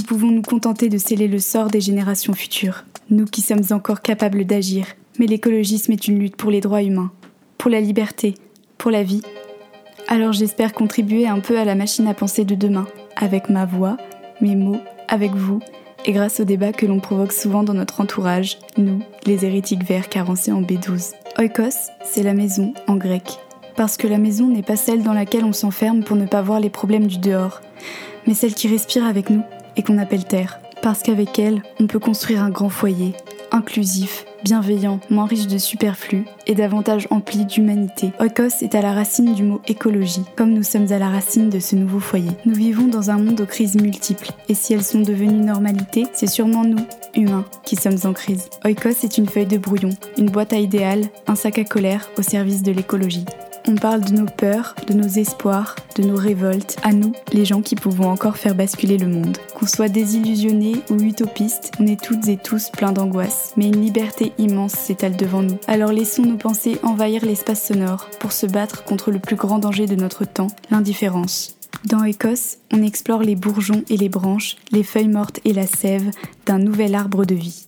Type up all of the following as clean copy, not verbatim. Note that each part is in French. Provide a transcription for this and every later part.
pouvons nous contenter de sceller le sort des générations futures, nous qui sommes encore capables d'agir. Mais l'écologisme est une lutte pour les droits humains, pour la liberté, pour la vie. Alors j'espère contribuer un peu à la machine à penser de demain, avec ma voix, mes mots, avec vous, et grâce au débat que l'on provoque souvent dans notre entourage, nous, les hérétiques verts carencés en B12. Oikos, c'est la maison en grec. Parce que la maison n'est pas celle dans laquelle on s'enferme pour ne pas voir les problèmes du dehors, mais celle qui respire avec nous et qu'on appelle terre. Parce qu'avec elle, on peut construire un grand foyer, inclusif, bienveillant, moins riche de superflu et davantage empli d'humanité. Oikos est à la racine du mot écologie, comme nous sommes à la racine de ce nouveau foyer. Nous vivons dans un monde aux crises multiples, et si elles sont devenues normalité, c'est sûrement nous, humains, qui sommes en crise. Oikos est une feuille de brouillon, une boîte à idéal, un sac à colère au service de l'écologie. On parle de nos peurs, de nos espoirs, de nos révoltes, à nous, les gens qui pouvons encore faire basculer le monde. Qu'on soit désillusionnés ou utopistes, on est toutes et tous pleins d'angoisse, mais une liberté immense s'étale devant nous. Alors laissons nos pensées envahir l'espace sonore pour se battre contre le plus grand danger de notre temps, l'indifférence. Dans Oikos, on explore les bourgeons et les branches, les feuilles mortes et la sève d'un nouvel arbre de vie.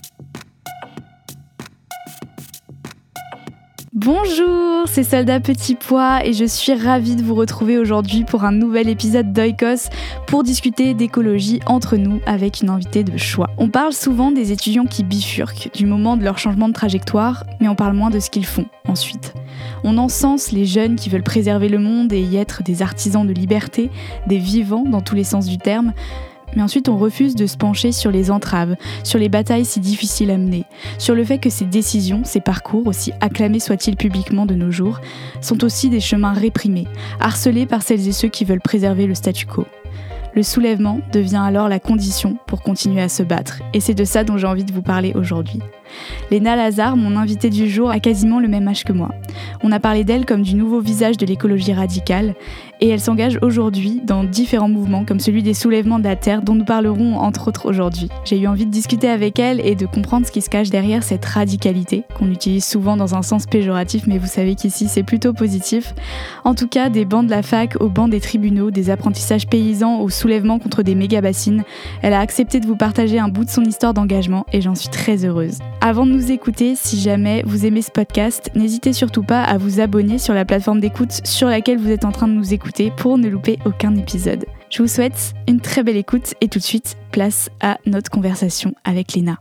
Bonjour, c'est Soldat Petit Pois et je suis ravie de vous retrouver aujourd'hui pour un nouvel épisode d'Oikos pour discuter d'écologie entre nous avec une invitée de choix. On parle souvent des étudiants qui bifurquent, du moment de leur changement de trajectoire, mais on parle moins de ce qu'ils font ensuite. On encense les jeunes qui veulent préserver le monde et y être des artisans de liberté, des vivants dans tous les sens du terme. Mais ensuite, on refuse de se pencher sur les entraves, sur les batailles si difficiles à mener, sur le fait que ces décisions, ces parcours, aussi acclamés soient-ils publiquement de nos jours, sont aussi des chemins réprimés, harcelés par celles et ceux qui veulent préserver le statu quo. Le soulèvement devient alors la condition pour continuer à se battre, et c'est de ça dont j'ai envie de vous parler aujourd'hui. Léna Lazare, mon invitée du jour, a quasiment le même âge que moi. On a parlé d'elle comme du nouveau visage de l'écologie radicale, et elle s'engage aujourd'hui dans différents mouvements comme celui des soulèvements de la Terre dont nous parlerons entre autres aujourd'hui. J'ai eu envie de discuter avec elle et de comprendre ce qui se cache derrière cette radicalité, qu'on utilise souvent dans un sens péjoratif, mais vous savez qu'ici c'est plutôt positif. En tout cas, des bancs de la fac aux bancs des tribunaux, des apprentissages paysans aux soulèvements contre des méga-bassines, elle a accepté de vous partager un bout de son histoire d'engagement et j'en suis très heureuse. Avant de nous écouter, si jamais vous aimez ce podcast, n'hésitez surtout pas à vous abonner sur la plateforme d'écoute sur laquelle vous êtes en train de nous écouter pour ne louper aucun épisode. Je vous souhaite une très belle écoute et tout de suite, place à notre conversation avec Léna.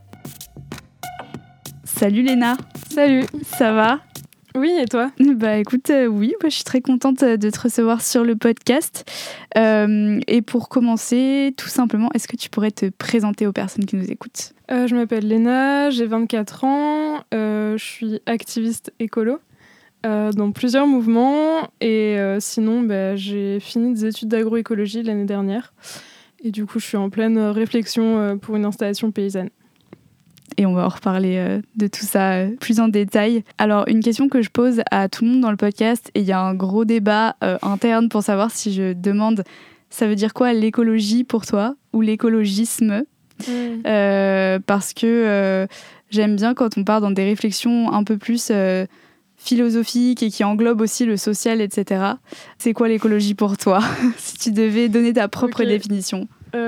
Salut Léna. Salut. Ça va ? Oui, et toi ? Bah écoute, oui, je suis très contente de te recevoir sur le podcast. Et pour commencer, tout simplement, est-ce que tu pourrais te présenter aux personnes qui nous écoutent ? Je m'appelle Léna, j'ai 24 ans, je suis activiste écolo dans plusieurs mouvements et sinon j'ai fini des études d'agroécologie l'année dernière et du coup je suis en pleine réflexion pour une installation paysanne. Et on va en reparler de tout ça plus en détail. Alors, une question que je pose à tout le monde dans le podcast, et il y a un gros débat interne pour savoir si je demande ça veut dire quoi l'écologie pour toi ou l'écologisme parce que j'aime bien quand on part dans des réflexions un peu plus philosophiques et qui englobent aussi le social, etc. C'est quoi l'écologie pour toi si tu devais donner ta propre définition?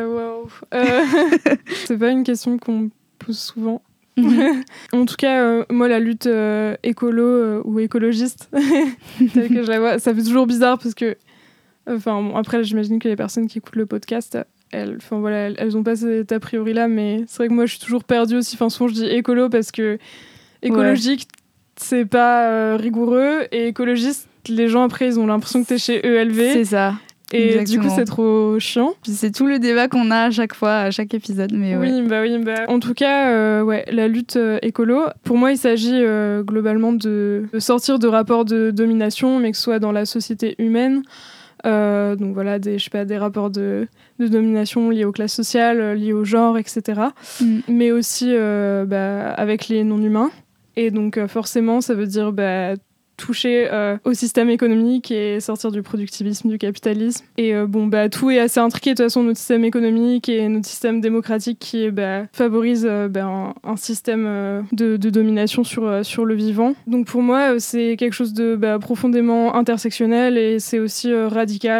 C'est pas une question qu'on pose souvent. En tout cas, moi, la lutte écolo ou écologiste, telle que je la vois, ça fait toujours bizarre parce que, après, j'imagine que les personnes qui écoutent le podcast, elles ont pas cet a priori-là, mais c'est vrai que moi, je suis toujours perdue aussi. Souvent, je dis écolo parce que écologique, c'est pas rigoureux, et écologiste, les gens, après, ils ont l'impression que t'es chez ELV. C'est ça. Et exactement. Du coup, c'est trop chiant. Puis c'est tout le débat qu'on a à chaque fois, à chaque épisode. Mais oui. En tout cas, la lutte écolo, pour moi, il s'agit globalement de sortir de rapports de domination, mais que ce soit dans la société humaine. Donc voilà, des rapports de domination liés aux classes sociales, liés au genre, etc. Mais aussi avec les non-humains. Et donc forcément, ça veut dire toucher au système économique et sortir du productivisme, du capitalisme. Et tout est assez intriqué de toute façon, notre système économique et notre système démocratique qui favorise un système de domination sur le vivant. Donc pour moi, c'est quelque chose de profondément intersectionnel et c'est aussi radical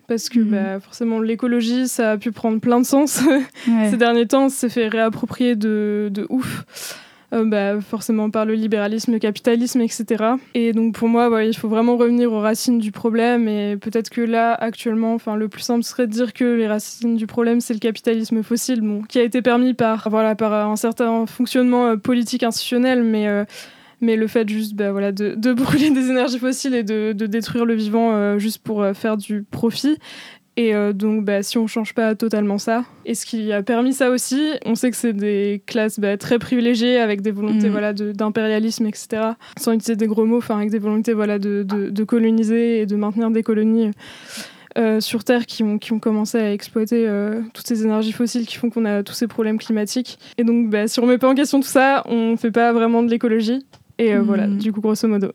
parce que forcément l'écologie ça a pu prendre plein de sens ces derniers temps, on s'est fait réapproprier de ouf. Forcément par le libéralisme, le capitalisme, etc. Et donc pour moi, il faut vraiment revenir aux racines du problème, et peut-être que là, actuellement, le plus simple serait de dire que les racines du problème, c'est le capitalisme fossile, qui a été permis par un certain fonctionnement politique institutionnel, mais le fait juste de brûler des énergies fossiles et de détruire le vivant juste pour faire du profit. Et donc, si on ne change pas totalement ça, et ce qui a permis ça aussi, on sait que c'est des classes très privilégiées, avec des volontés d'impérialisme, etc. Sans utiliser des gros mots, avec des volontés de coloniser et de maintenir des colonies sur Terre qui ont commencé à exploiter toutes ces énergies fossiles qui font qu'on a tous ces problèmes climatiques. Et donc, si on ne remet pas en question tout ça, on ne fait pas vraiment de l'écologie. Et voilà, du coup, grosso modo.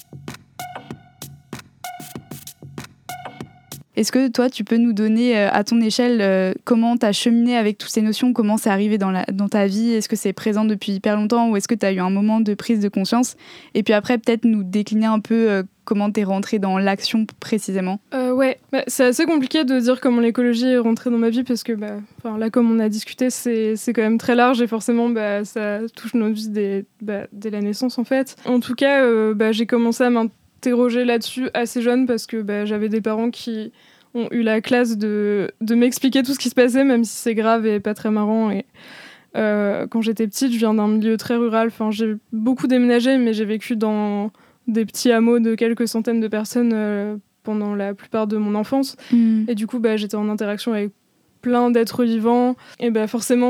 Est-ce que toi, tu peux nous donner, à ton échelle, comment tu as cheminé avec toutes ces notions, comment c'est arrivé dans ta vie? Est-ce que c'est présent depuis hyper longtemps, ou est-ce que tu as eu un moment de prise de conscience? Et puis après, peut-être nous décliner un peu comment tu es rentrée dans l'action précisément. C'est assez compliqué de dire comment l'écologie est rentrée dans ma vie, parce que là, comme on a discuté, c'est quand même très large, et forcément ça touche notre vie dès la naissance en fait. En tout cas, j'ai commencé à m'interroger là-dessus assez jeune, parce que j'avais des parents qui ont eu la classe de m'expliquer tout ce qui se passait, même si c'est grave et pas très marrant. Et quand j'étais petite, je viens d'un milieu très rural, j'ai beaucoup déménagé, mais j'ai vécu dans des petits hameaux de quelques centaines de personnes pendant la plupart de mon enfance. Et du coup, j'étais en interaction avec plein d'êtres vivants, et forcément,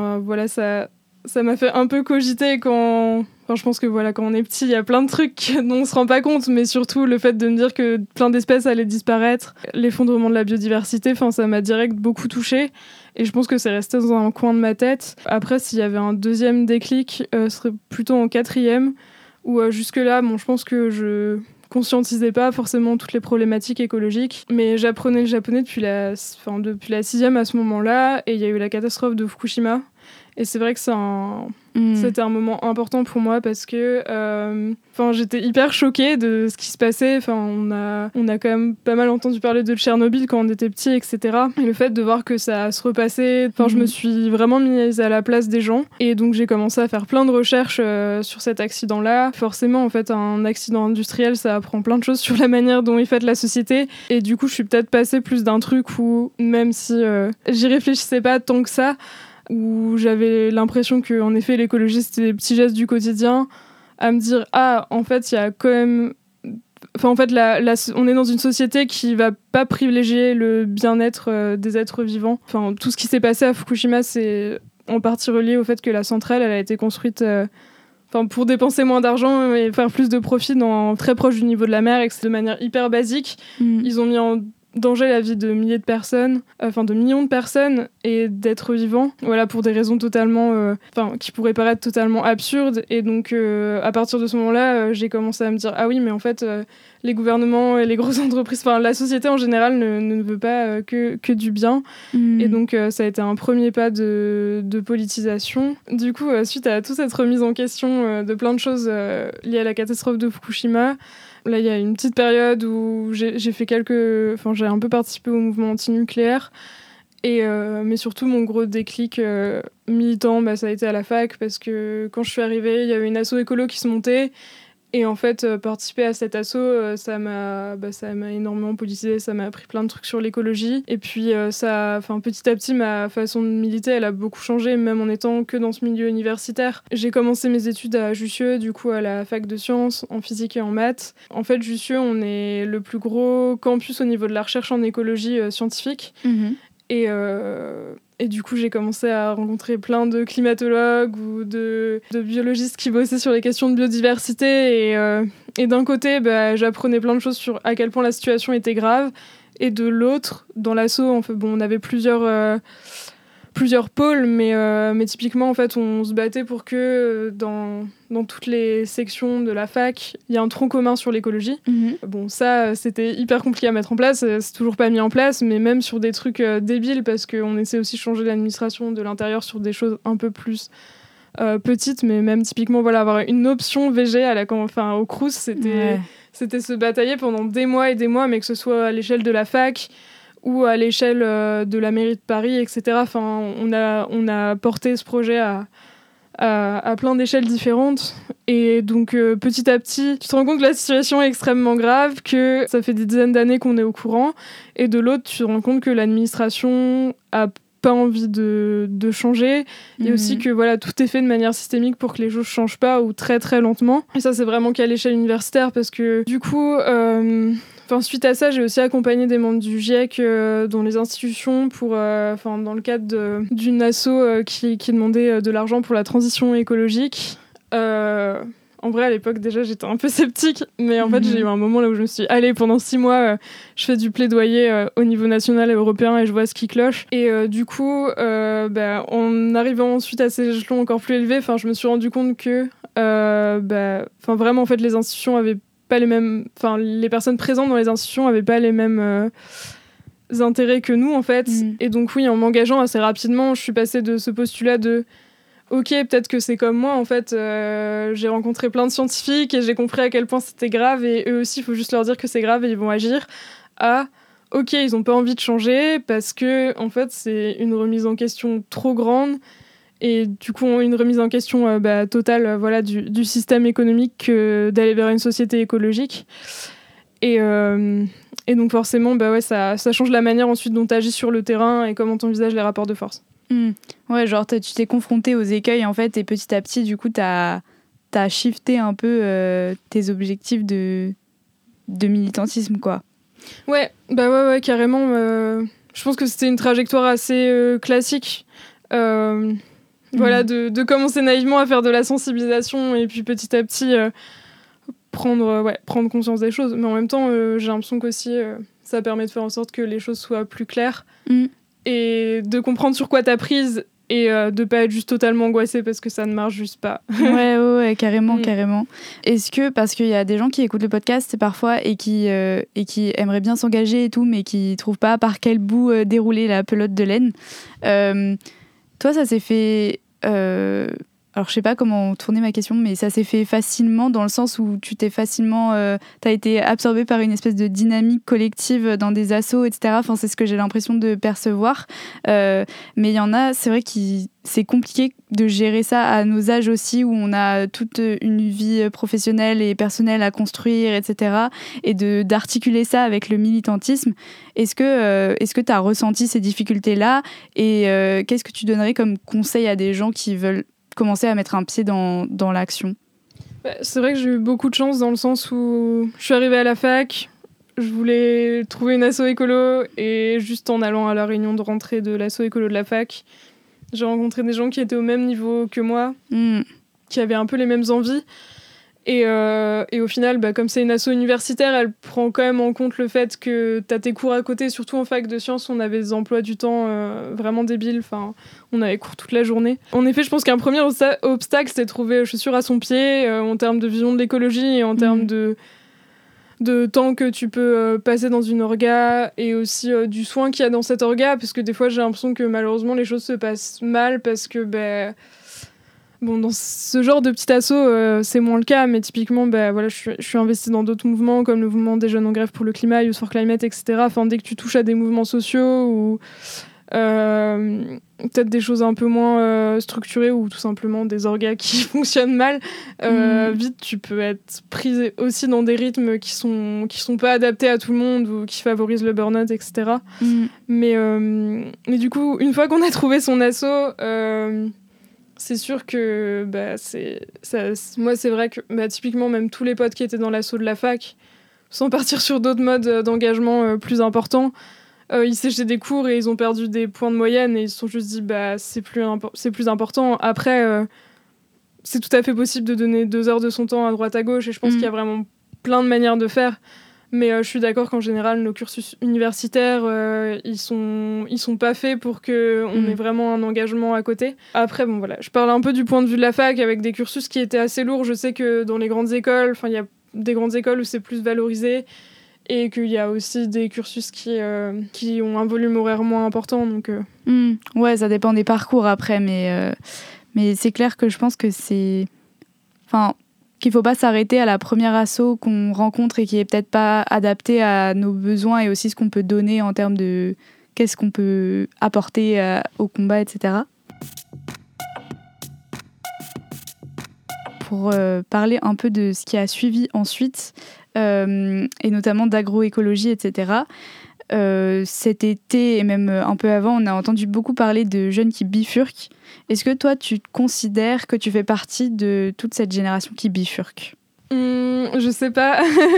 ça m'a fait un peu cogiter quand... je pense que quand on est petit, il y a plein de trucs dont on se rend pas compte, mais surtout le fait de me dire que plein d'espèces allaient disparaître, l'effondrement de la biodiversité, ça m'a direct beaucoup touchée, et je pense que c'est resté dans un coin de ma tête. Après, s'il y avait un deuxième déclic, ce serait plutôt en 4e, où jusque-là, je pense que je conscientisais pas forcément toutes les problématiques écologiques, mais j'apprenais le japonais depuis la 6e à ce moment-là, et il y a eu la catastrophe de Fukushima. Et c'est vrai que c'était un moment important pour moi, parce que j'étais hyper choquée de ce qui se passait. On a quand même pas mal entendu parler de Tchernobyl quand on était petit, etc. Et le fait de voir que ça se repassait, je me suis vraiment mise à la place des gens. Et donc j'ai commencé à faire plein de recherches sur cet accident-là. Forcément, en fait, un accident industriel, ça apprend plein de choses sur la manière dont est faite la société. Et du coup, je suis peut-être passée plus d'un truc où, même si j'y réfléchissais pas tant que ça, où j'avais l'impression que, en effet, l'écologie, c'était des petits gestes du quotidien, à me dire, en fait, il y a quand même... on est dans une société qui va pas privilégier le bien-être des êtres vivants. Tout ce qui s'est passé à Fukushima, c'est en partie relié au fait que la centrale, elle a été construite pour dépenser moins d'argent et faire plus de profit très proche du niveau de la mer, et que c'est de manière hyper basique. Ils ont mis en danger la vie de milliers de personnes, de millions de personnes et d'êtres vivants, pour des raisons totalement, qui pourraient paraître totalement absurdes. Et donc, à partir de ce moment-là, j'ai commencé à me dire, ah oui, mais en fait, les gouvernements et les grosses entreprises, la société en général ne veut pas que du bien. Et donc, ça a été un premier pas de politisation. Du coup, suite à toute cette remise en question de plein de choses liées à la catastrophe de Fukushima, là, il y a une petite période où j'ai j'ai un peu participé au mouvement anti-nucléaire. Mais surtout, mon gros déclic militant, ça a été à la fac, parce que quand je suis arrivée, il y avait une asso écolo qui se montait. Et en fait, participer à cet asso, ça m'a énormément politisée, ça m'a appris plein de trucs sur l'écologie. Et puis, petit à petit, ma façon de militer, elle a beaucoup changé, même en étant que dans ce milieu universitaire. J'ai commencé mes études à Jussieu, du coup à la fac de sciences, en physique et en maths. En fait, Jussieu, on est le plus gros campus au niveau de la recherche en écologie scientifique. Et du coup, j'ai commencé à rencontrer plein de climatologues ou de biologistes qui bossaient sur les questions de biodiversité. Et d'un côté, j'apprenais plein de choses sur à quel point la situation était grave. Et de l'autre, dans l'asso, on avait plusieurs pôles, mais typiquement, en fait, on se battait pour que dans toutes les sections de la fac, il y ait un tronc commun sur l'écologie. Ça, c'était hyper compliqué à mettre en place, c'est toujours pas mis en place, mais même sur des trucs débiles, parce qu'on essaie aussi de changer l'administration de l'intérieur sur des choses un peu plus petites, mais même typiquement, avoir une option VG au Crous, c'était se batailler pendant des mois et des mois, mais que ce soit à l'échelle de la fac, ou à l'échelle de la mairie de Paris, etc. Enfin, on a porté ce projet à plein d'échelles différentes. Et donc, petit à petit, tu te rends compte que la situation est extrêmement grave, que ça fait des dizaines d'années qu'on est au courant. Et de l'autre, tu te rends compte que l'administration a pas envie de changer. Et aussi que voilà, tout est fait de manière systémique pour que les choses changent pas ou très très lentement. Et ça, c'est vraiment qu'à l'échelle universitaire parce que du coup, suite à ça, j'ai aussi accompagné des membres du GIEC dans les institutions pour, dans le cadre d'une asso qui demandait de l'argent pour la transition écologique. En vrai, à l'époque, déjà, j'étais un peu sceptique, mais en fait, j'ai eu un moment là où je me suis dit, allez, pendant 6 mois, je fais du plaidoyer au niveau national et européen et je vois ce qui cloche. Et du coup, en arrivant ensuite à ces échelons encore plus élevés, je me suis rendu compte que, vraiment, en fait, les institutions avaient pas les mêmes... les personnes présentes dans les institutions avaient pas les mêmes intérêts que nous, en fait. Et donc, oui, en m'engageant assez rapidement, je suis passée de ce postulat de ok, peut-être que c'est comme moi, en fait, j'ai rencontré plein de scientifiques et j'ai compris à quel point c'était grave et eux aussi, il faut juste leur dire que c'est grave et ils vont agir, à ok, ils n'ont pas envie de changer parce que, en fait, c'est une remise en question trop grande et du coup, une remise en question totale du système économique d'aller vers une société écologique. Et donc, forcément, ça change la manière ensuite dont tu agis sur le terrain et comment tu envisages les rapports de force. Ouais, genre tu t'es confronté aux écueils en fait et petit à petit du coup t'as shifté un peu tes objectifs de militantisme quoi. Ouais, carrément. Je pense que c'était une trajectoire assez classique. De commencer naïvement à faire de la sensibilisation et puis petit à petit prendre conscience des choses. Mais en même temps, j'ai l'impression qu'aussi ça permet de faire en sorte que les choses soient plus claires. Et de comprendre sur quoi t'as prise et de pas être juste totalement angoissée parce que ça ne marche juste pas. ouais, carrément. Est-ce que, parce qu'il y a des gens qui écoutent le podcast parfois et qui aimeraient bien s'engager et tout, mais qui trouvent pas par quel bout dérouler la pelote de laine, toi ça s'est fait... Alors, je sais pas comment tourner ma question, mais ça s'est fait facilement dans le sens où tu t'es facilement... t'as été absorbé par une espèce de dynamique collective dans des assos, etc. Enfin, c'est ce que j'ai l'impression de percevoir. Mais il y en a, c'est vrai que c'est compliqué de gérer ça à nos âges aussi, où on a toute une vie professionnelle et personnelle à construire, etc. Et d'articuler ça avec le militantisme. Est-ce que t'as ressenti ces difficultés-là ? Et qu'est-ce que tu donnerais comme conseil à des gens qui veulent commencer à mettre un pied dans l'action? C'est vrai que j'ai eu beaucoup de chance dans le sens où je suis arrivée à la fac, je voulais trouver une asso écolo et juste en allant à la réunion de rentrée de l'asso écolo de la fac, j'ai rencontré des gens qui étaient au même niveau que moi, qui avaient un peu les mêmes envies. Et au final, comme c'est une asso universitaire, elle prend quand même en compte le fait que t'as tes cours à côté. Surtout en fac de sciences, on avait des emplois du temps vraiment débiles. On avait cours toute la journée. En effet, je pense qu'un premier obstacle, c'était de trouver chaussures à son pied en termes de vision de l'écologie et en termes de temps que tu peux passer dans une orga et aussi du soin qu'il y a dans cette orga. Parce que des fois, j'ai l'impression que malheureusement, les choses se passent mal parce que... dans ce genre de petit assaut, c'est moins le cas, mais typiquement, je suis investie dans d'autres mouvements, comme le mouvement des jeunes en grève pour le climat, Youth for Climate, etc. Dès que tu touches à des mouvements sociaux ou peut-être des choses un peu moins structurées ou tout simplement des orgas qui fonctionnent mal, vite, tu peux être prise aussi dans des rythmes qui sont pas adaptés à tout le monde ou qui favorisent le burn-out, etc. Mais du coup, une fois qu'on a trouvé son asso... c'est sûr que moi c'est vrai que typiquement même tous les potes qui étaient dans l'asso de la fac, sans partir sur d'autres modes d'engagement plus importants, ils séchaient des cours et ils ont perdu des points de moyenne et ils se sont juste dit c'est plus important. Après c'est tout à fait possible de donner 2 heures de son temps à droite à gauche et je pense qu'il y a vraiment plein de manières de faire. Mais je suis d'accord qu'en général, nos cursus universitaires, ils sont pas faits pour qu'on ait vraiment un engagement à côté. Après, je parle un peu du point de vue de la fac, avec des cursus qui étaient assez lourds. Je sais que dans les grandes écoles, il y a des grandes écoles où c'est plus valorisé, et qu'il y a aussi des cursus qui ont un volume horaire moins important. Donc, Ouais, ça dépend des parcours après, mais c'est clair que je pense que c'est... qu'il faut pas s'arrêter à la première asso qu'on rencontre et qui est peut-être pas adaptée à nos besoins et aussi ce qu'on peut donner en termes de qu'est-ce qu'on peut apporter au combat, etc. Pour parler un peu de ce qui a suivi ensuite, et notamment d'agroécologie, etc. Cet été et même un peu avant, on a entendu beaucoup parler de jeunes qui bifurquent. Est-ce que toi, tu considères que tu fais partie de toute cette génération qui bifurque ? Je sais pas.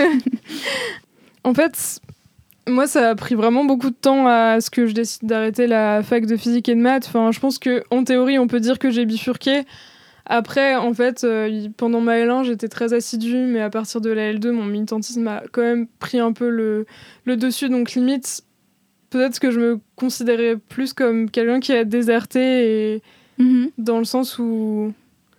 En fait, moi, ça a pris vraiment beaucoup de temps à ce que je décide d'arrêter la fac de physique et de maths. Enfin, je pense qu'en théorie, on peut dire que j'ai bifurqué. Après, en fait, pendant ma L1, j'étais très assidue, mais à partir de la L2, mon militantisme a quand même pris un peu le dessus. Donc, limite, peut-être que je me considérais plus comme quelqu'un qui a déserté, et dans le sens où...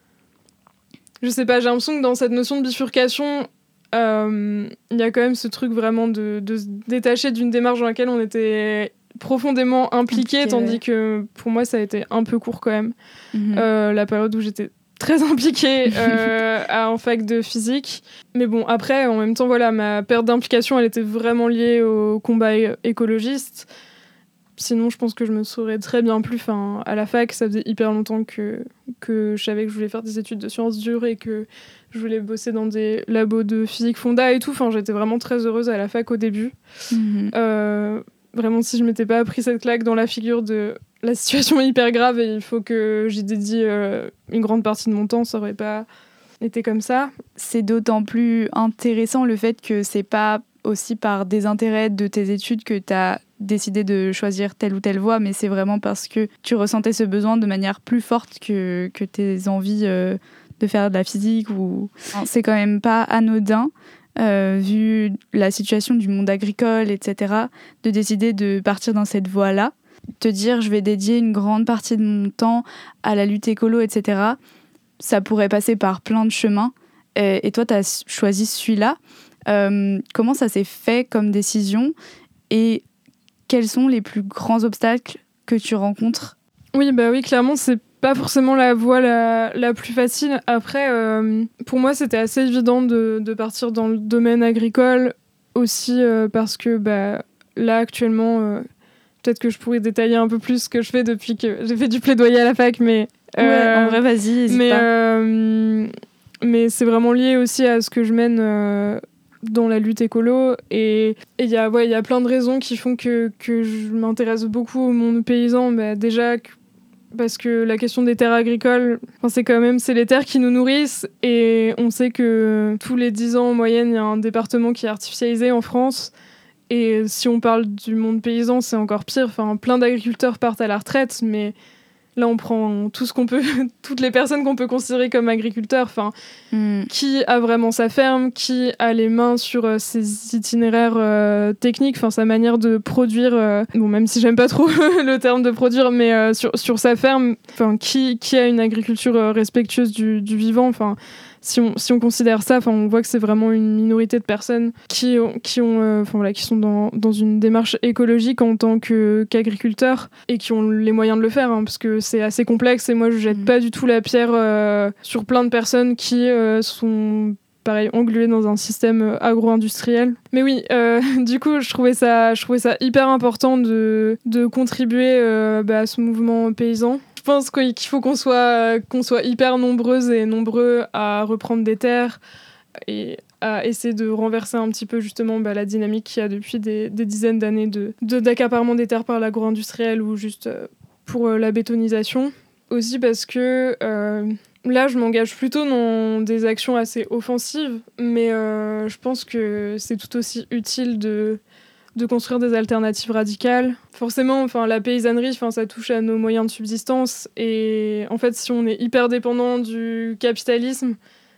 Je sais pas, j'ai l'impression que dans cette notion de bifurcation, il y a quand même ce truc vraiment de se détacher d'une démarche dans laquelle on était profondément impliqué, tandis que pour moi, ça a été un peu court quand même. La période où j'étais très impliquée en fac de physique. Mais bon, après, en même temps, voilà, ma perte d'implication, elle était vraiment liée au combat écologiste. Sinon, je pense que je me serais très bien plu. Enfin, à la fac, ça faisait hyper longtemps que je savais que je voulais faire des études de sciences dures et que je voulais bosser dans des labos de physique fonda et tout. Enfin, j'étais vraiment très heureuse à la fac au début. Vraiment, si je m'étais pas pris cette claque dans la figure de la situation est hyper grave et il faut que j'y dédie une grande partie de mon temps, ça aurait pas été comme ça. C'est d'autant plus intéressant le fait que c'est pas aussi par désintérêt de tes études que tu as décidé de choisir telle ou telle voie, mais c'est vraiment parce que tu ressentais ce besoin de manière plus forte que tes envies de faire de la physique. C'est quand même pas anodin, vu la situation du monde agricole, etc., de décider de partir dans cette voie-là. Te dire je vais dédier une grande partie de mon temps à la lutte écolo, etc., ça pourrait passer par plein de chemins. Et toi, tu as choisi celui-là. Comment ça s'est fait comme décision et quels sont les plus grands obstacles que tu rencontres ? Oui, clairement, c'est pas forcément la voie la plus facile. Après, pour moi, c'était assez évident de partir dans le domaine agricole aussi parce que là, actuellement... peut-être que je pourrais détailler un peu plus ce que je fais depuis que j'ai fait du plaidoyer à la fac, mais... ouais, en vrai, vas-y, n'hésite pas. Mais c'est vraiment lié aussi à ce que je mène dans la lutte écolo. Et il y a plein de raisons qui font que je m'intéresse beaucoup au monde paysan. Déjà, parce que la question des terres agricoles, c'est les terres qui nous nourrissent. Et on sait que tous les 10 ans, en moyenne, il y a un département qui est artificialisé en France. Et si on parle du monde paysan, c'est encore pire. Enfin, plein d'agriculteurs partent à la retraite, mais là, on prend tout ce qu'on peut, toutes les personnes qu'on peut considérer comme agriculteurs. Enfin, qui a vraiment sa ferme, qui a les mains sur ses itinéraires techniques, enfin sa manière de produire. Bon, même si j'aime pas trop le terme de produire, mais sur sa ferme, enfin, qui a une agriculture respectueuse du vivant. Enfin. Si on considère ça, on voit que c'est vraiment une minorité de personnes qui sont dans une démarche écologique en tant qu'agriculteurs et qui ont les moyens de le faire, parce que c'est assez complexe et moi je jette pas du tout la pierre sur plein de personnes qui sont pareil engluées dans un système agro-industriel. Mais oui, du coup je trouvais ça hyper important de contribuer à ce mouvement paysan. Je pense qu'il faut qu'on soit hyper nombreuses et nombreux à reprendre des terres et à essayer de renverser un petit peu justement la dynamique qu'il y a depuis des dizaines d'années d'accaparement des terres par l'agro-industriel ou juste pour la bétonisation. Aussi parce que là, je m'engage plutôt dans des actions assez offensives, mais je pense que c'est tout aussi utile de construire des alternatives radicales. Forcément, la paysannerie, ça touche à nos moyens de subsistance. Et en fait, si on est hyper dépendant du capitalisme,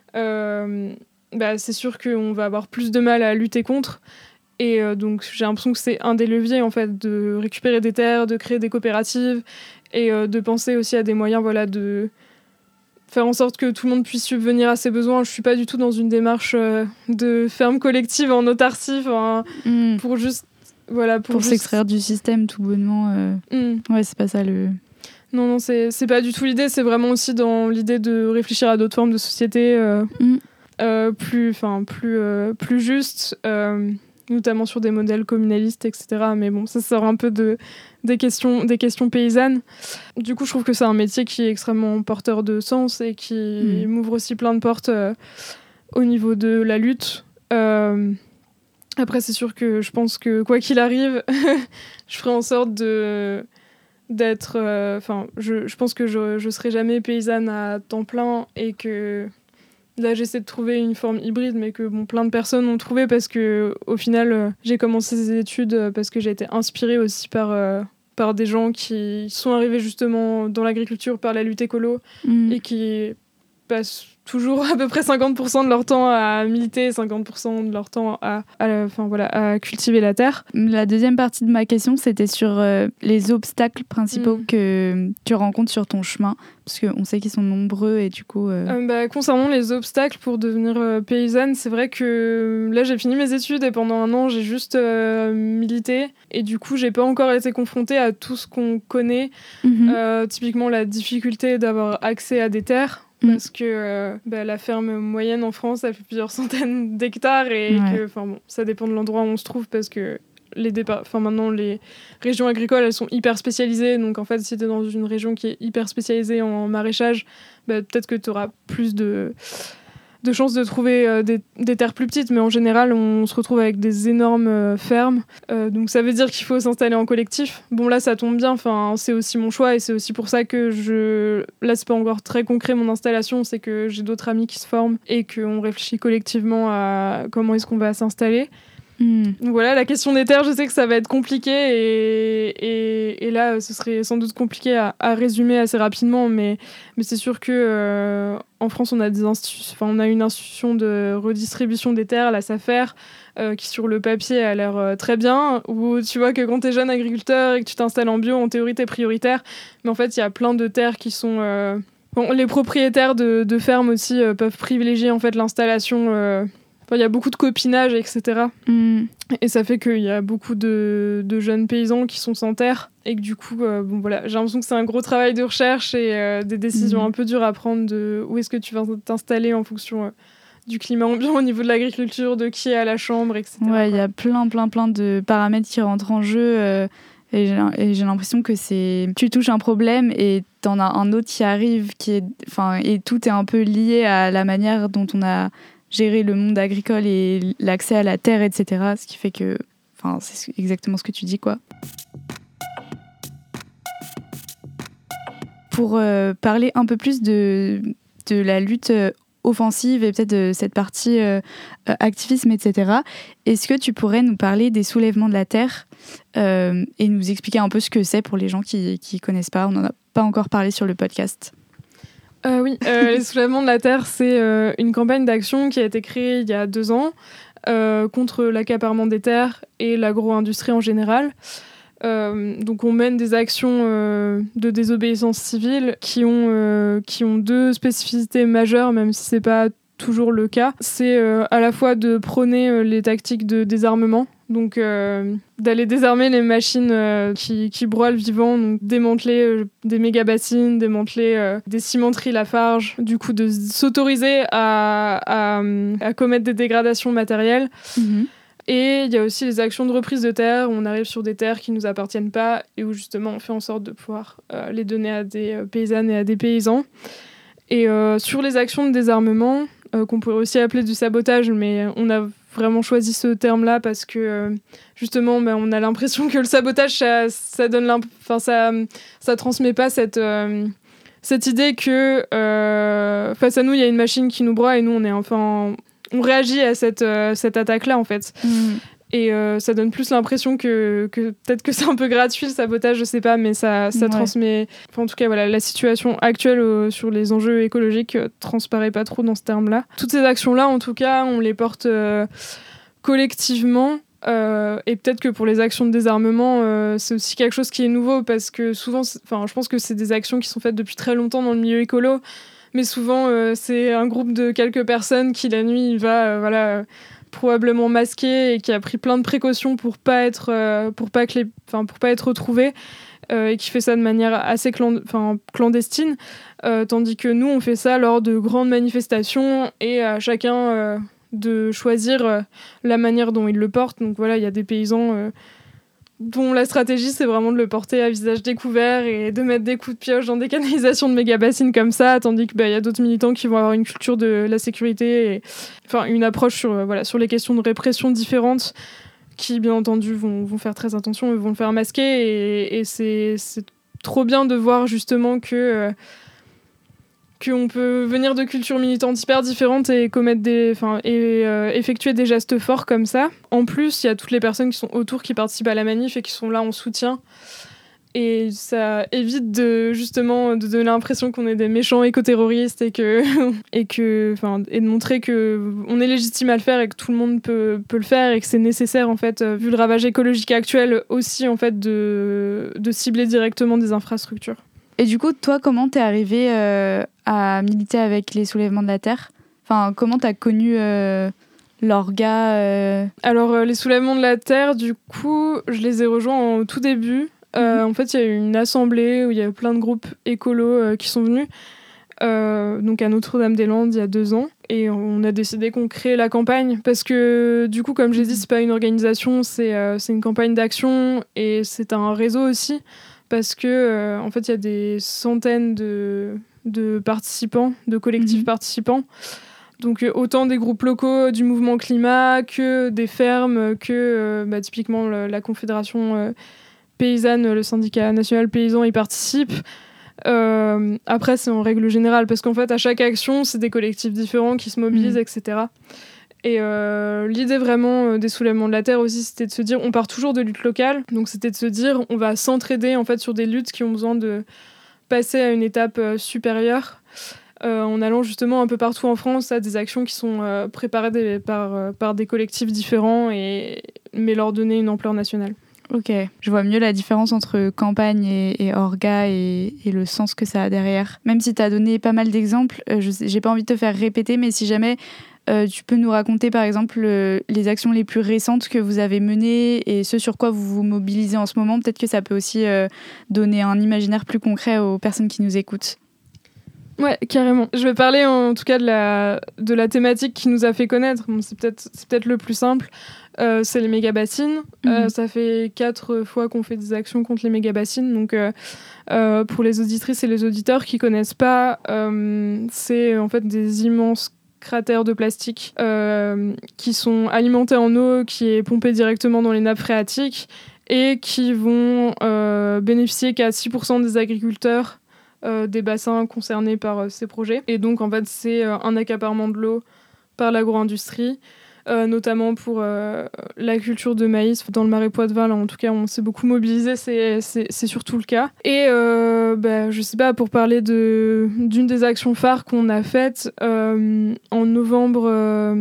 c'est sûr qu'on va avoir plus de mal à lutter contre. Et donc, j'ai l'impression que c'est un des leviers, en fait, de récupérer des terres, de créer des coopératives et de penser aussi à des moyens, de faire en sorte que tout le monde puisse subvenir à ses besoins. Je suis pas du tout dans une démarche de ferme collective en autarcie, pour juste... Pour s'extraire du système, tout bonnement. Ouais, c'est pas ça le... Non, c'est pas du tout l'idée. C'est vraiment aussi dans l'idée de réfléchir à d'autres formes de société. plus juste, notamment sur des modèles communalistes, etc. Mais bon, ça sort un peu des questions paysannes. Du coup, je trouve que c'est un métier qui est extrêmement porteur de sens et qui m'ouvre aussi plein de portes au niveau de la lutte. Après, c'est sûr que je pense que quoi qu'il arrive, je ferai en sorte d'être... je pense que je serai jamais paysanne à temps plein et que là, j'essaie de trouver une forme hybride, mais que plein de personnes ont trouvé parce que au final, j'ai commencé ces études parce que j'ai été inspirée aussi par des gens qui sont arrivés justement dans l'agriculture par la lutte écolo et qui passent toujours à peu près 50% de leur temps à militer, 50% de leur temps à cultiver la terre. La deuxième partie de ma question, c'était sur les obstacles principaux que tu rencontres sur ton chemin, parce qu'on sait qu'ils sont nombreux et du coup... Concernant les obstacles pour devenir paysanne, c'est vrai que là, j'ai fini mes études et pendant un an, j'ai juste milité. Et du coup, j'ai pas encore été confrontée à tout ce qu'on connaît. Typiquement, la difficulté d'avoir accès à des terres. Parce que la ferme moyenne en France, elle fait plusieurs centaines d'hectares et que ça dépend de l'endroit où on se trouve parce que maintenant les régions agricoles elles sont hyper spécialisées, donc en fait si tu es dans une région qui est hyper spécialisée en maraîchage, peut-être que tu auras plus de chances de trouver des terres plus petites, mais en général on se retrouve avec des énormes fermes, donc ça veut dire qu'il faut s'installer en collectif. Bon là ça tombe bien, c'est aussi mon choix et c'est aussi pour ça que là c'est pas encore très concret mon installation, c'est que j'ai d'autres amis qui se forment et qu'on réfléchit collectivement à comment est-ce qu'on va s'installer. Donc voilà, la question des terres, je sais que ça va être compliqué et là, ce serait sans doute compliqué à résumer assez rapidement, mais c'est sûr que en France, on a on a une institution de redistribution des terres, la SAFER, qui sur le papier a l'air très bien, où tu vois que quand t'es jeune agriculteur et que tu t'installes en bio, en théorie, t'es prioritaire, mais en fait, il y a plein de terres qui sont... les propriétaires de fermes aussi peuvent privilégier en fait l'installation... Il y a beaucoup de copinage, etc. Et ça fait qu'il y a beaucoup de jeunes paysans qui sont sans terre. Et que du coup, j'ai l'impression que c'est un gros travail de recherche et des décisions un peu dures à prendre de où est-ce que tu vas t'installer en fonction du climat ambiant au niveau de l'agriculture, de qui est à la chambre, etc. Ouais, il y a plein de paramètres qui rentrent en jeu. Et j'ai l'impression que tu touches un problème et t'en as un autre qui arrive, et tout est un peu lié à la manière dont on a gérer le monde agricole et l'accès à la terre, etc. Ce qui fait que... c'est exactement ce que tu dis, quoi. Pour parler un peu plus de la lutte offensive et peut-être de cette partie activisme, etc., est-ce que tu pourrais nous parler des soulèvements de la terre et nous expliquer un peu ce que c'est pour les gens qui connaissent pas? On n'en a pas encore parlé sur le podcast. Oui, les soulèvements de la terre, c'est une campagne d'action qui a été créée il y a 2 ans contre l'accaparement des terres et l'agro-industrie en général. Donc on mène des actions de désobéissance civile qui ont 2 spécificités majeures, même si c'est pas toujours le cas. C'est à la fois de prôner les tactiques de désarmement, donc d'aller désarmer les machines qui broient le vivant, donc démanteler des méga-bassines, démanteler des cimenteries Lafarge, du coup de s'autoriser à commettre des dégradations matérielles. Et il y a aussi les actions de reprise de terre, où on arrive sur des terres qui ne nous appartiennent pas et où justement on fait en sorte de pouvoir les donner à des paysannes et à des paysans. Et sur les actions de désarmement, qu'on pourrait aussi appeler du sabotage, mais on a vraiment choisi ce terme-là parce que justement on a l'impression que le sabotage ça donne ça transmet pas cette idée que face à nous il y a une machine qui nous broie et nous on réagit à cette attaque-là en fait. Et ça donne plus l'impression que peut-être que c'est un peu gratuit le sabotage, je sais pas, mais ça transmet... en tout cas, voilà, la situation actuelle sur les enjeux écologiques transparaît pas trop dans ce terme-là. Toutes ces actions-là, en tout cas, on les porte collectivement. Et peut-être que pour les actions de désarmement, c'est aussi quelque chose qui est nouveau parce que souvent, je pense que c'est des actions qui sont faites depuis très longtemps dans le milieu écolo, mais souvent, c'est un groupe de quelques personnes qui, la nuit, va... probablement masqué et qui a pris plein de précautions pour pas être retrouvé. et qui fait ça de manière assez clandestine, tandis que nous, on fait ça lors de grandes manifestations et à chacun de choisir la manière dont il le porte. Donc voilà, il y a des paysans dont la stratégie, c'est vraiment de le porter à visage découvert et de mettre des coups de pioche dans des canalisations de méga-bassines comme ça, tandis qu'il y a d'autres militants qui vont avoir une culture de la sécurité, et, une approche sur les questions de répression différentes, qui, bien entendu, vont faire très attention et vont le faire masquer. Et c'est trop bien de voir, justement, qu'on peut venir de cultures militantes hyper différentes et effectuer des gestes forts comme ça. En plus, il y a toutes les personnes qui sont autour, qui participent à la manif et qui sont là en soutien. Et ça évite de donner l'impression qu'on est des méchants éco-terroristes et de montrer qu'on est légitime à le faire et que tout le monde peut le faire et que c'est nécessaire, en fait, vu le ravage écologique actuel aussi, en fait, de cibler directement des infrastructures. Et du coup, toi, comment t'es arrivée à militer avec les soulèvements de la Terre ? Enfin, comment t'as connu l'orga Alors, les soulèvements de la Terre, du coup, je les ai rejoints au tout début. En fait, il y a eu une assemblée où il y a plein de groupes écolos qui sont venus, donc à Notre-Dame-des-Landes, il y a 2 ans. Et on a décidé qu'on crée la campagne parce que, du coup, comme j'ai dit, c'est pas une organisation, c'est une campagne d'action et c'est un réseau aussi. Parce que, en fait, il y a des centaines de participants, de collectifs participants. Donc, autant des groupes locaux du mouvement climat que des fermes, que typiquement la Confédération paysanne, le syndicat national paysan y participe. Après, c'est en règle générale, parce qu'en fait, à chaque action, c'est des collectifs différents qui se mobilisent, etc. Et l'idée vraiment des soulèvements de la Terre aussi, c'était de se dire, on part toujours de luttes locales, donc c'était de se dire, on va s'entraider en fait sur des luttes qui ont besoin de passer à une étape supérieure, en allant justement un peu partout en France à des actions qui sont préparées par des collectifs différents, mais leur donner une ampleur nationale. Ok, je vois mieux la différence entre campagne et orga et le sens que ça a derrière. Même si tu as donné pas mal d'exemples, j'ai pas envie de te faire répéter, mais si jamais tu peux nous raconter par exemple les actions les plus récentes que vous avez menées et ce sur quoi vous vous mobilisez en ce moment, peut-être que ça peut aussi donner un imaginaire plus concret aux personnes qui nous écoutent. Ouais, carrément. Je vais parler en tout cas de la thématique qui nous a fait connaître. Bon, c'est peut-être le plus simple. C'est les méga-bassines. Ça fait 4 fois qu'on fait des actions contre les méga-bassines. Donc, pour les auditrices et les auditeurs qui connaissent pas, c'est en fait des immenses cratères de plastique qui sont alimentés en eau, qui est pompée directement dans les nappes phréatiques et qui vont bénéficier qu'à 6% des agriculteurs des bassins concernés par ces projets. Et donc, en fait, c'est un accaparement de l'eau par l'agro-industrie, notamment pour la culture de maïs. Dans le Marais Poitevin, là, en tout cas, on s'est beaucoup mobilisé, c'est surtout le cas. Et je sais pas, pour parler d'une des actions phares qu'on a faites en novembre,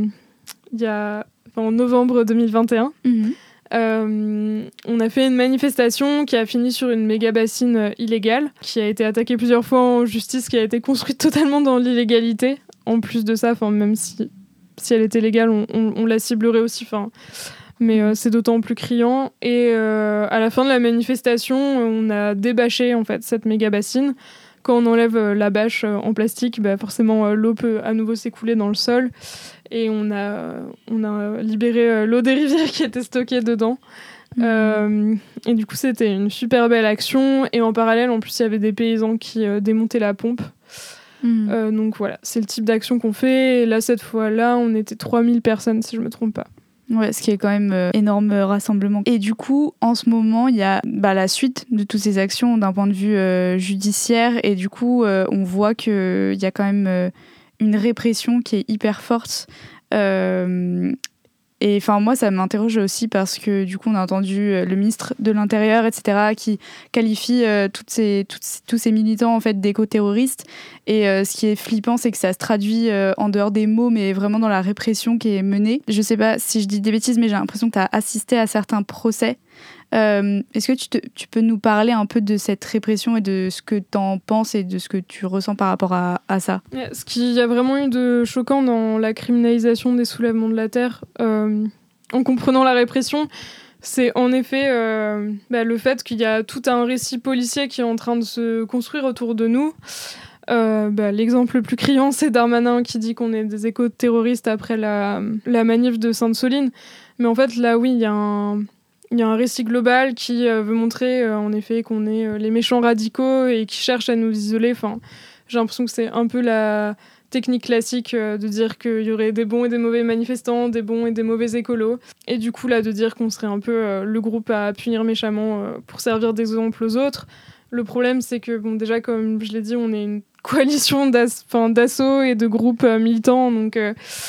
en novembre 2021, on a fait une manifestation qui a fini sur une méga-bassine illégale, qui a été attaquée plusieurs fois en justice, qui a été construite totalement dans l'illégalité. En plus de ça, même si elle était légale, on la ciblerait aussi. Mais c'est d'autant plus criant. Et à la fin de la manifestation, on a débâché en fait, cette méga-bassine. Quand on enlève la bâche en plastique, forcément l'eau peut à nouveau s'écouler dans le sol. Et on a libéré l'eau des rivières qui était stockée dedans. Et du coup, c'était une super belle action. Et en parallèle, en plus, il y avait des paysans qui démontaient la pompe. Donc voilà, c'est le type d'action qu'on fait. Et là, cette fois-là, on était 3000 personnes, si je ne me trompe pas. Ouais, ce qui est quand même énorme rassemblement. Et du coup, en ce moment, il y a la suite de toutes ces actions d'un point de vue judiciaire. Et du coup, on voit qu'il y a quand même une répression qui est hyper forte. Et moi, ça m'interroge aussi parce que du coup, on a entendu le ministre de l'Intérieur, etc., qui qualifie tous ces militants en fait d'éco-terroristes. Et ce qui est flippant, c'est que ça se traduit en dehors des mots, mais vraiment dans la répression qui est menée. Je sais pas si je dis des bêtises, mais j'ai l'impression que tu as assisté à certains procès. Est-ce que tu peux nous parler un peu de cette répression et de ce que tu en penses et de ce que tu ressens par rapport à ça ? Ce qu'il y a vraiment eu de choquant dans la criminalisation des soulèvements de la Terre, en comprenant la répression, C'est en effet le fait qu'il y a tout un récit policier qui est en train de se construire autour de nous. L'exemple le plus criant, c'est Darmanin qui dit qu'on est des éco-terroristes après la manif de Sainte-Soline. Mais en fait, là, oui, il y a un récit global qui veut montrer, en effet, qu'on est les méchants radicaux et qui cherchent à nous isoler. Enfin, j'ai l'impression que c'est un peu la technique classique de dire qu'il y aurait des bons et des mauvais manifestants, des bons et des mauvais écolos. Et du coup, là, de dire qu'on serait un peu le groupe à punir méchamment pour servir d'exemple aux autres. Le problème, c'est que, bon, déjà, comme je l'ai dit, on est une coalition d'assauts et de groupes militants, donc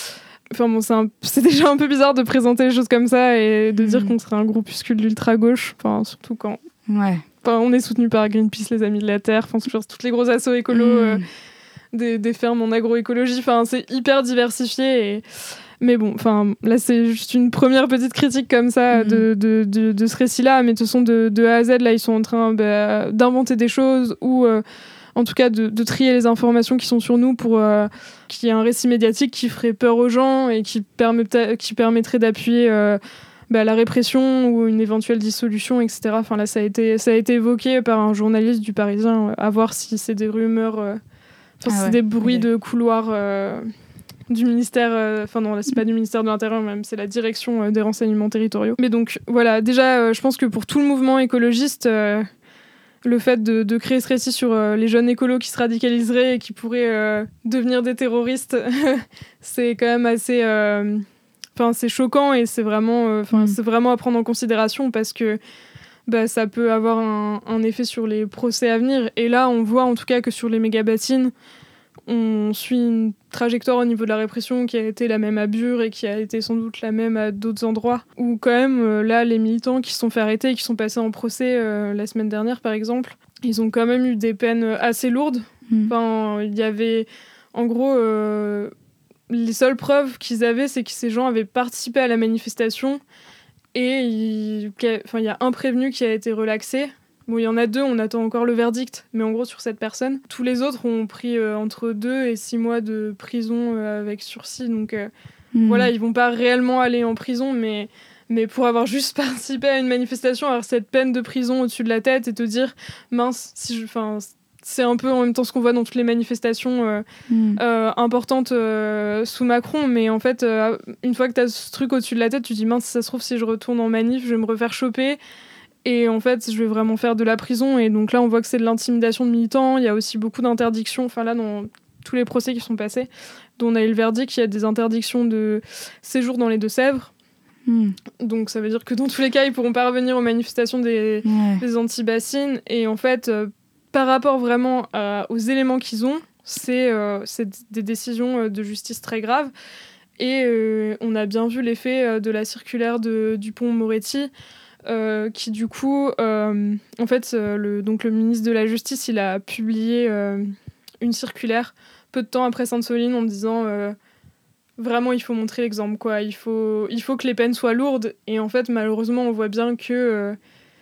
c'est déjà un peu bizarre de présenter les choses comme ça et de dire qu'on serait un groupuscule d'ultra-gauche, surtout quand on est soutenu par Greenpeace, les Amis de la Terre, toutes les gros assos écolos des fermes en agroécologie, c'est hyper diversifié mais bon, là c'est juste une première petite critique comme ça de ce récit-là, mais de toute façon de A à Z, là ils sont en train d'inventer des choses ou en tout cas de trier les informations qui sont sur nous pour qu'il y ait un récit médiatique qui ferait peur aux gens et qui permettrait d'appuyer la répression ou une éventuelle dissolution, etc. Là ça a été évoqué par un journaliste du Parisien, à voir si c'est des rumeurs, c'est des bruits de couloir du ministère, non, là, c'est pas du ministère de l'Intérieur même, c'est la direction des renseignements territoriaux. Mais donc voilà, déjà je pense que pour tout le mouvement écologiste, le fait de créer ce récit sur les jeunes écolos qui se radicaliseraient et qui pourraient devenir des terroristes, c'est quand même assez c'est choquant et c'est vraiment c'est vraiment à prendre en considération parce que ça peut avoir un effet sur les procès à venir. Et là on voit en tout cas que sur les méga-bassines on suit une trajectoire au niveau de la répression qui a été la même à Bure et qui a été sans doute la même à d'autres endroits, où quand même, là, les militants qui se sont fait arrêter et qui sont passés en procès la semaine dernière, par exemple, ils ont quand même eu des peines assez lourdes. Il y avait, en gros, les seules preuves qu'ils avaient, c'est que ces gens avaient participé à la manifestation et il y a un prévenu qui a été relaxé. Bon, il y en a 2, on attend encore le verdict, mais en gros, sur cette personne. Tous les autres ont pris entre 2 et 6 mois de prison avec sursis. Donc voilà, ils vont pas réellement aller en prison, mais pour avoir juste participé à une manifestation, avoir cette peine de prison au-dessus de la tête et te dire, mince, c'est un peu en même temps ce qu'on voit dans toutes les manifestations importantes sous Macron, mais en fait, une fois que t'as ce truc au-dessus de la tête, tu te dis, mince, si ça se trouve, si je retourne en manif, je vais me refaire choper. Et en fait, je vais vraiment faire de la prison. Et donc là, on voit que c'est de l'intimidation de militants. Il y a aussi beaucoup d'interdictions. Là, dans tous les procès qui sont passés, dont on a eu le verdict, il y a des interdictions de séjour dans les Deux-Sèvres. Donc ça veut dire que dans tous les cas, ils pourront pas revenir aux manifestations des anti-bassines. Et en fait, par rapport vraiment aux éléments qu'ils ont, c'est des décisions de justice très graves. Et on a bien vu l'effet de la circulaire de Dupond-Moretti, qui du coup, en fait, le ministre de la Justice, il a publié une circulaire peu de temps après Sainte-Soline en disant vraiment il faut montrer l'exemple, quoi. Il faut que les peines soient lourdes. Et en fait, malheureusement, on voit bien que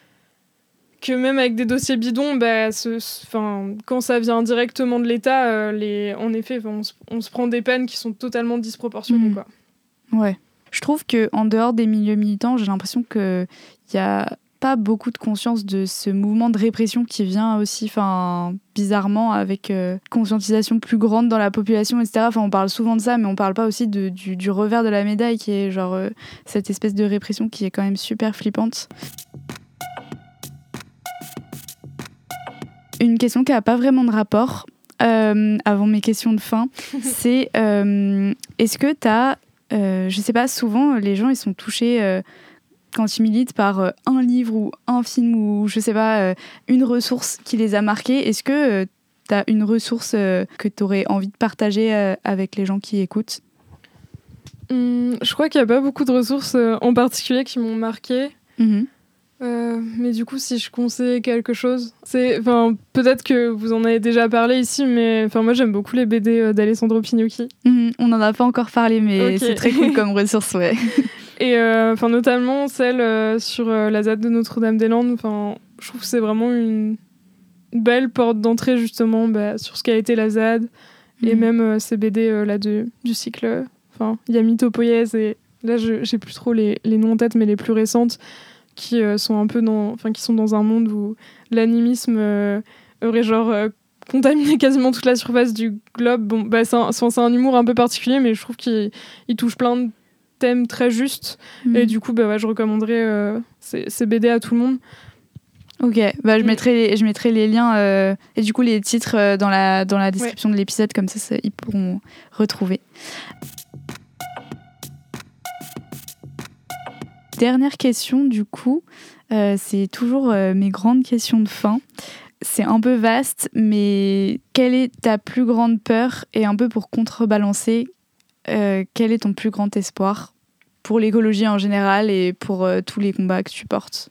même avec des dossiers bidons, quand ça vient directement de l'État, en effet, on se prend des peines qui sont totalement disproportionnées, quoi. Ouais. Je trouve qu'en dehors des milieux militants, j'ai l'impression qu'il n'y a pas beaucoup de conscience de ce mouvement de répression qui vient aussi, bizarrement, avec conscientisation plus grande dans la population, etc. On parle souvent de ça, mais on ne parle pas aussi du revers de la médaille, qui est genre cette espèce de répression qui est quand même super flippante. Une question qui n'a pas vraiment de rapport, avant mes questions de fin, c'est est-ce que tu as... je sais pas, souvent les gens ils sont touchés quand ils militent par un livre ou un film ou je sais pas, une ressource qui les a marqués. Est-ce que t'as une ressource que t'aurais envie de partager avec les gens qui écoutent? Je crois qu'il n'y a pas beaucoup de ressources en particulier qui m'ont marquée. Mais du coup, si je conseille quelque chose, c'est, peut-être que vous en avez déjà parlé ici, mais moi j'aime beaucoup les BD d'Alessandro Pignocchi. On n'en a pas encore parlé, mais c'est très cool comme ressource, ouais. Et notamment celle sur la ZAD de Notre-Dame-des-Landes. Je trouve que c'est vraiment une belle porte d'entrée justement sur ce qu'a été la ZAD et même ces BD là du cycle. Il y a Mythopoïèse et là j'ai plus trop les noms en tête, mais les plus récentes. qui sont un peu qui sont dans un monde où l'animisme aurait contaminé quasiment toute la surface du globe. Bon, bah, c'est un humour un peu particulier, mais je trouve qu'il touche plein de thèmes très justes. Et du coup, bah, ouais, je recommanderais ces BD à tout le monde. Ok, bah, je mettrai les liens et du coup les titres dans la description de l'épisode, comme ça ils pourront retrouver. Dernière question du coup, c'est toujours mes grandes questions de fin. C'est un peu vaste, mais quelle est ta plus grande peur, et un peu pour contrebalancer, quel est ton plus grand espoir pour l'écologie en général et pour tous les combats que tu portes?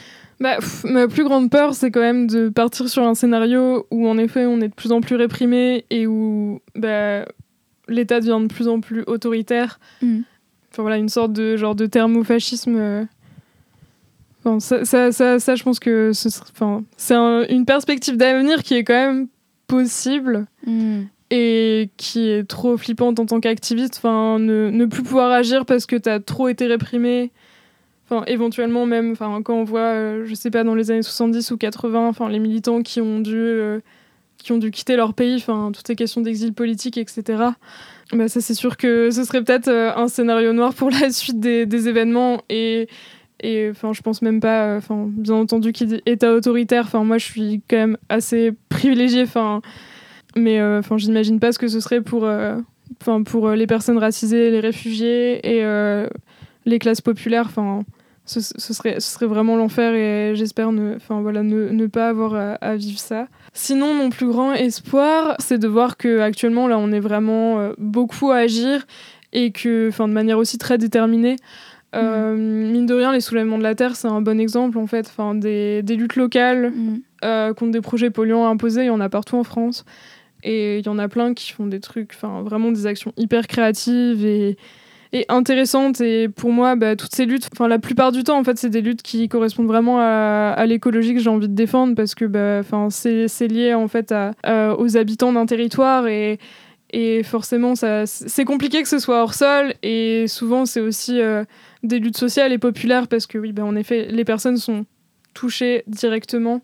Ma plus grande peur, c'est quand même de partir sur un scénario où en effet on est de plus en plus réprimé et où l'État devient de plus en plus autoritaire. Enfin voilà, une sorte de thermofascisme. Ça, je pense que c'est une perspective d'avenir qui est quand même possible et qui est trop flippante en tant qu'activiste. Enfin, ne plus pouvoir agir parce que t'as trop été réprimé. Enfin, éventuellement même, quand on voit, je sais pas, dans les années 70 ou 80, les militants qui ont dû quitter leur pays, toutes ces questions d'exil politique, etc. Bah, ça, c'est sûr que ce serait peut-être un scénario noir pour la suite des événements. Et je pense même pas, bien entendu, qu'il dit État autoritaire. Moi, je suis quand même assez privilégiée. Mais j'imagine pas ce que ce serait pour les personnes racisées, les réfugiés et les classes populaires. Ce serait vraiment l'enfer et j'espère ne pas avoir à vivre ça. Sinon, mon plus grand espoir, c'est de voir qu'actuellement, là, on est vraiment beaucoup à agir et que, de manière aussi très déterminée. Mine de rien, les soulèvements de la Terre, c'est un bon exemple, en fait. Des luttes locales contre des projets polluants imposés, il y en a partout en France. Et il y en a plein qui font des trucs, vraiment des actions hyper créatives et intéressantes. Et pour moi, toutes ces luttes, la plupart du temps, en fait, c'est des luttes qui correspondent vraiment à l'écologie que j'ai envie de défendre parce que c'est lié, en fait, aux habitants d'un territoire et forcément, c'est compliqué que ce soit hors sol. Et souvent, c'est aussi des luttes sociales et populaires parce que, oui, en effet, les personnes sont touchées directement.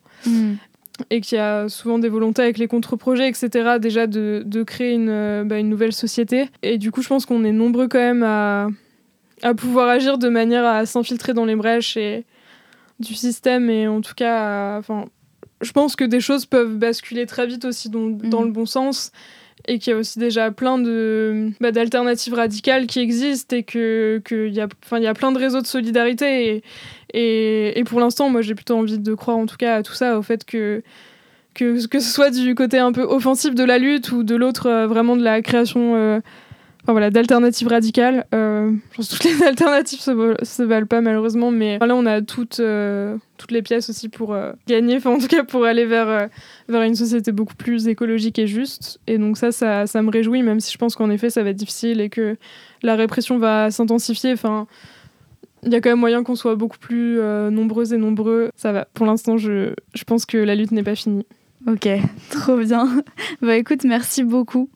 Et qu'il y a souvent des volontés avec les contre-projets, etc., déjà de créer une nouvelle société. Et du coup, je pense qu'on est nombreux quand même à pouvoir agir de manière à s'infiltrer dans les brèches du système. Et en tout cas, je pense que des choses peuvent basculer très vite aussi dans le bon sens. Et qu'il y a aussi déjà plein d'alternatives radicales qui existent et qu'il y a plein de réseaux de solidarité. Et pour l'instant, moi, j'ai plutôt envie de croire, en tout cas, à tout ça, au fait que ce soit du côté un peu offensif de la lutte ou de l'autre, vraiment de la création d'alternatives radicales. Je pense que toutes les alternatives se valent pas, malheureusement, mais là, on a toutes les pièces aussi pour gagner, en tout cas pour aller vers une société beaucoup plus écologique et juste. Et donc ça me réjouit, même si je pense qu'en effet, ça va être difficile et que la répression va s'intensifier. Il y a quand même moyen qu'on soit beaucoup plus nombreuses et nombreux. Ça va. Pour l'instant, je pense que la lutte n'est pas finie. Ok, trop bien. Écoute, merci beaucoup.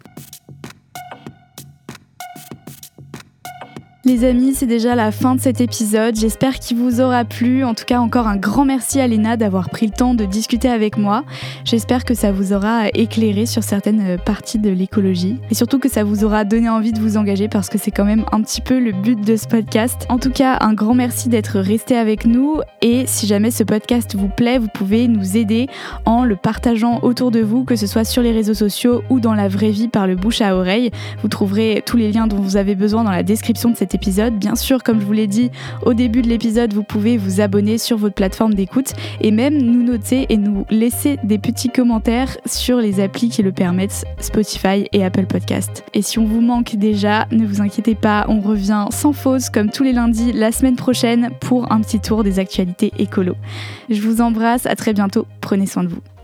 Les amis, c'est déjà la fin de cet épisode. J'espère qu'il vous aura plu. En tout cas, encore un grand merci à Léna d'avoir pris le temps de discuter avec moi. J'espère que ça vous aura éclairé sur certaines parties de l'écologie. Et surtout que ça vous aura donné envie de vous engager parce que c'est quand même un petit peu le but de ce podcast. En tout cas, un grand merci d'être resté avec nous. Et si jamais ce podcast vous plaît, vous pouvez nous aider en le partageant autour de vous, que ce soit sur les réseaux sociaux ou dans la vraie vie par le bouche à oreille. Vous trouverez tous les liens dont vous avez besoin dans la description de cet épisode. Bien sûr, comme je vous l'ai dit au début de l'épisode, vous pouvez vous abonner sur votre plateforme d'écoute et même nous noter et nous laisser des petits commentaires sur les applis qui le permettent, Spotify et Apple Podcast. Et si on vous manque déjà, ne vous inquiétez pas, on revient sans fausse comme tous les lundis la semaine prochaine pour un petit tour des actualités écolo. Je vous embrasse, à très bientôt, prenez soin de vous.